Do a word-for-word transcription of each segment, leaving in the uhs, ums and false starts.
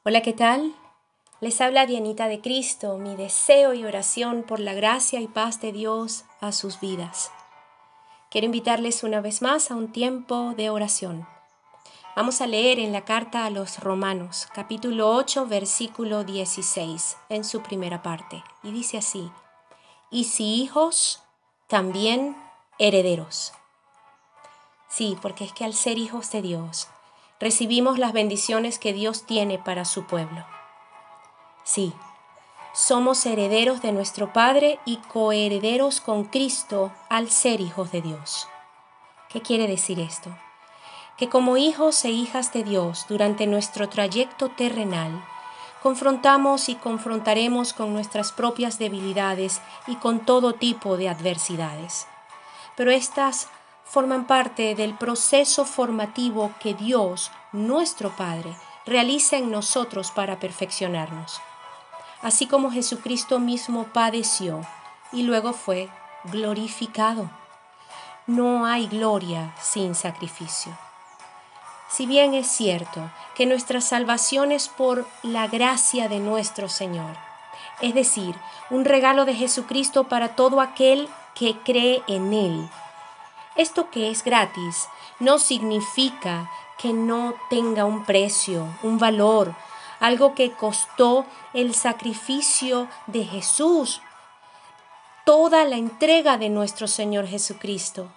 Hola, ¿qué tal? Les habla Dianita de Cristo, mi deseo y oración por la gracia y paz de Dios a sus vidas. Quiero invitarles una vez más a un tiempo de oración. Vamos a leer en la carta a los Romanos, capítulo ocho, versículo dieciséis, en su primera parte, y dice así: y si hijos, también herederos. Sí, porque es que al ser hijos de Dios, recibimos las bendiciones que Dios tiene para su pueblo. Sí, somos herederos de nuestro Padre y coherederos con Cristo al ser hijos de Dios. ¿Qué quiere decir esto? Que como hijos e hijas de Dios, durante nuestro trayecto terrenal, confrontamos y confrontaremos con nuestras propias debilidades y con todo tipo de adversidades. Pero estas forman parte del proceso formativo que Dios, nuestro Padre, realiza en nosotros para perfeccionarnos. Así como Jesucristo mismo padeció y luego fue glorificado. No hay gloria sin sacrificio. Si bien es cierto que nuestra salvación es por la gracia de nuestro Señor, es decir, un regalo de Jesucristo para todo aquel que cree en Él. Esto que es gratis no significa que no tenga un precio, un valor, algo que costó el sacrificio de Jesús, toda la entrega de nuestro Señor Jesucristo.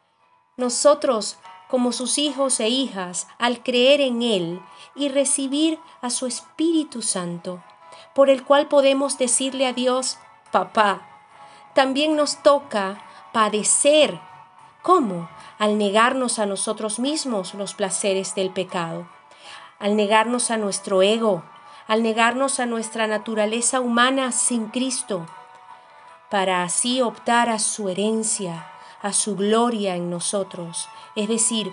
Nosotros, como sus hijos e hijas, al creer en Él y recibir a su Espíritu Santo, por el cual podemos decirle a Dios, Papá, también nos toca padecer. ¿Cómo? Al negarnos a nosotros mismos los placeres del pecado, al negarnos a nuestro ego, al negarnos a nuestra naturaleza humana sin Cristo, para así optar a su herencia, a su gloria en nosotros, es decir,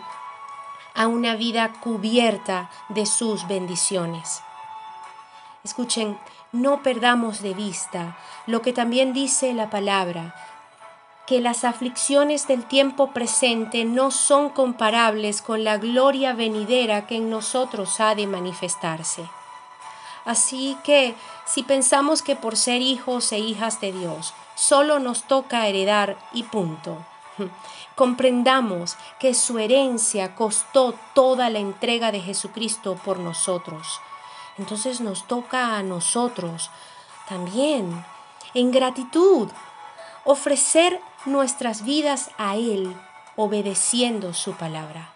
a una vida cubierta de sus bendiciones. Escuchen, no perdamos de vista lo que también dice la palabra, que las aflicciones del tiempo presente no son comparables con la gloria venidera que en nosotros ha de manifestarse. Así que, si pensamos que por ser hijos e hijas de Dios, solo nos toca heredar y punto, comprendamos que su herencia costó toda la entrega de Jesucristo por nosotros. Entonces nos toca a nosotros también, en gratitud, ofrecer nuestras vidas a Él, obedeciendo su palabra.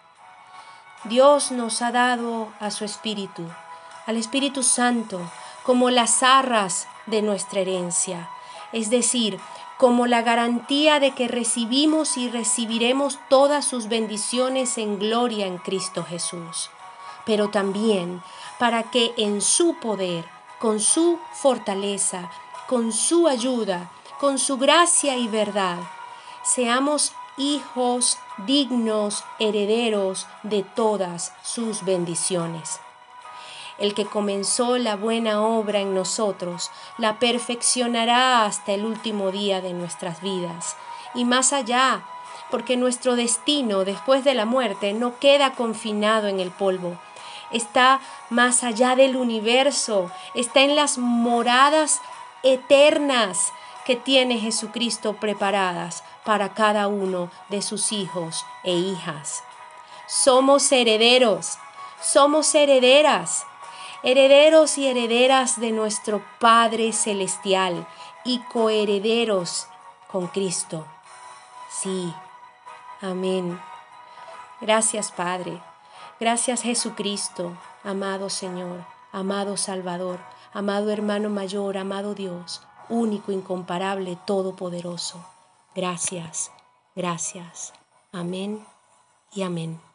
Dios nos ha dado a su Espíritu, al Espíritu Santo, como las arras de nuestra herencia, es decir, como la garantía de que recibimos y recibiremos todas sus bendiciones en gloria en Cristo Jesús, pero también para que en su poder, con su fortaleza, con su ayuda, con su gracia y verdad, seamos hijos dignos, herederos de todas sus bendiciones. El que comenzó la buena obra en nosotros, la perfeccionará hasta el último día de nuestras vidas. Y más allá, porque nuestro destino después de la muerte no queda confinado en el polvo. Está más allá del universo, está en las moradas eternas que tiene Jesucristo preparadas para cada uno de sus hijos e hijas. Somos herederos, somos herederas, herederos y herederas de nuestro Padre Celestial y coherederos con Cristo. Sí, amén. Gracias, Padre. Gracias, Jesucristo, amado Señor, amado Salvador, amado hermano mayor, amado Dios, único, incomparable, todopoderoso. Gracias, gracias. Amén y amén.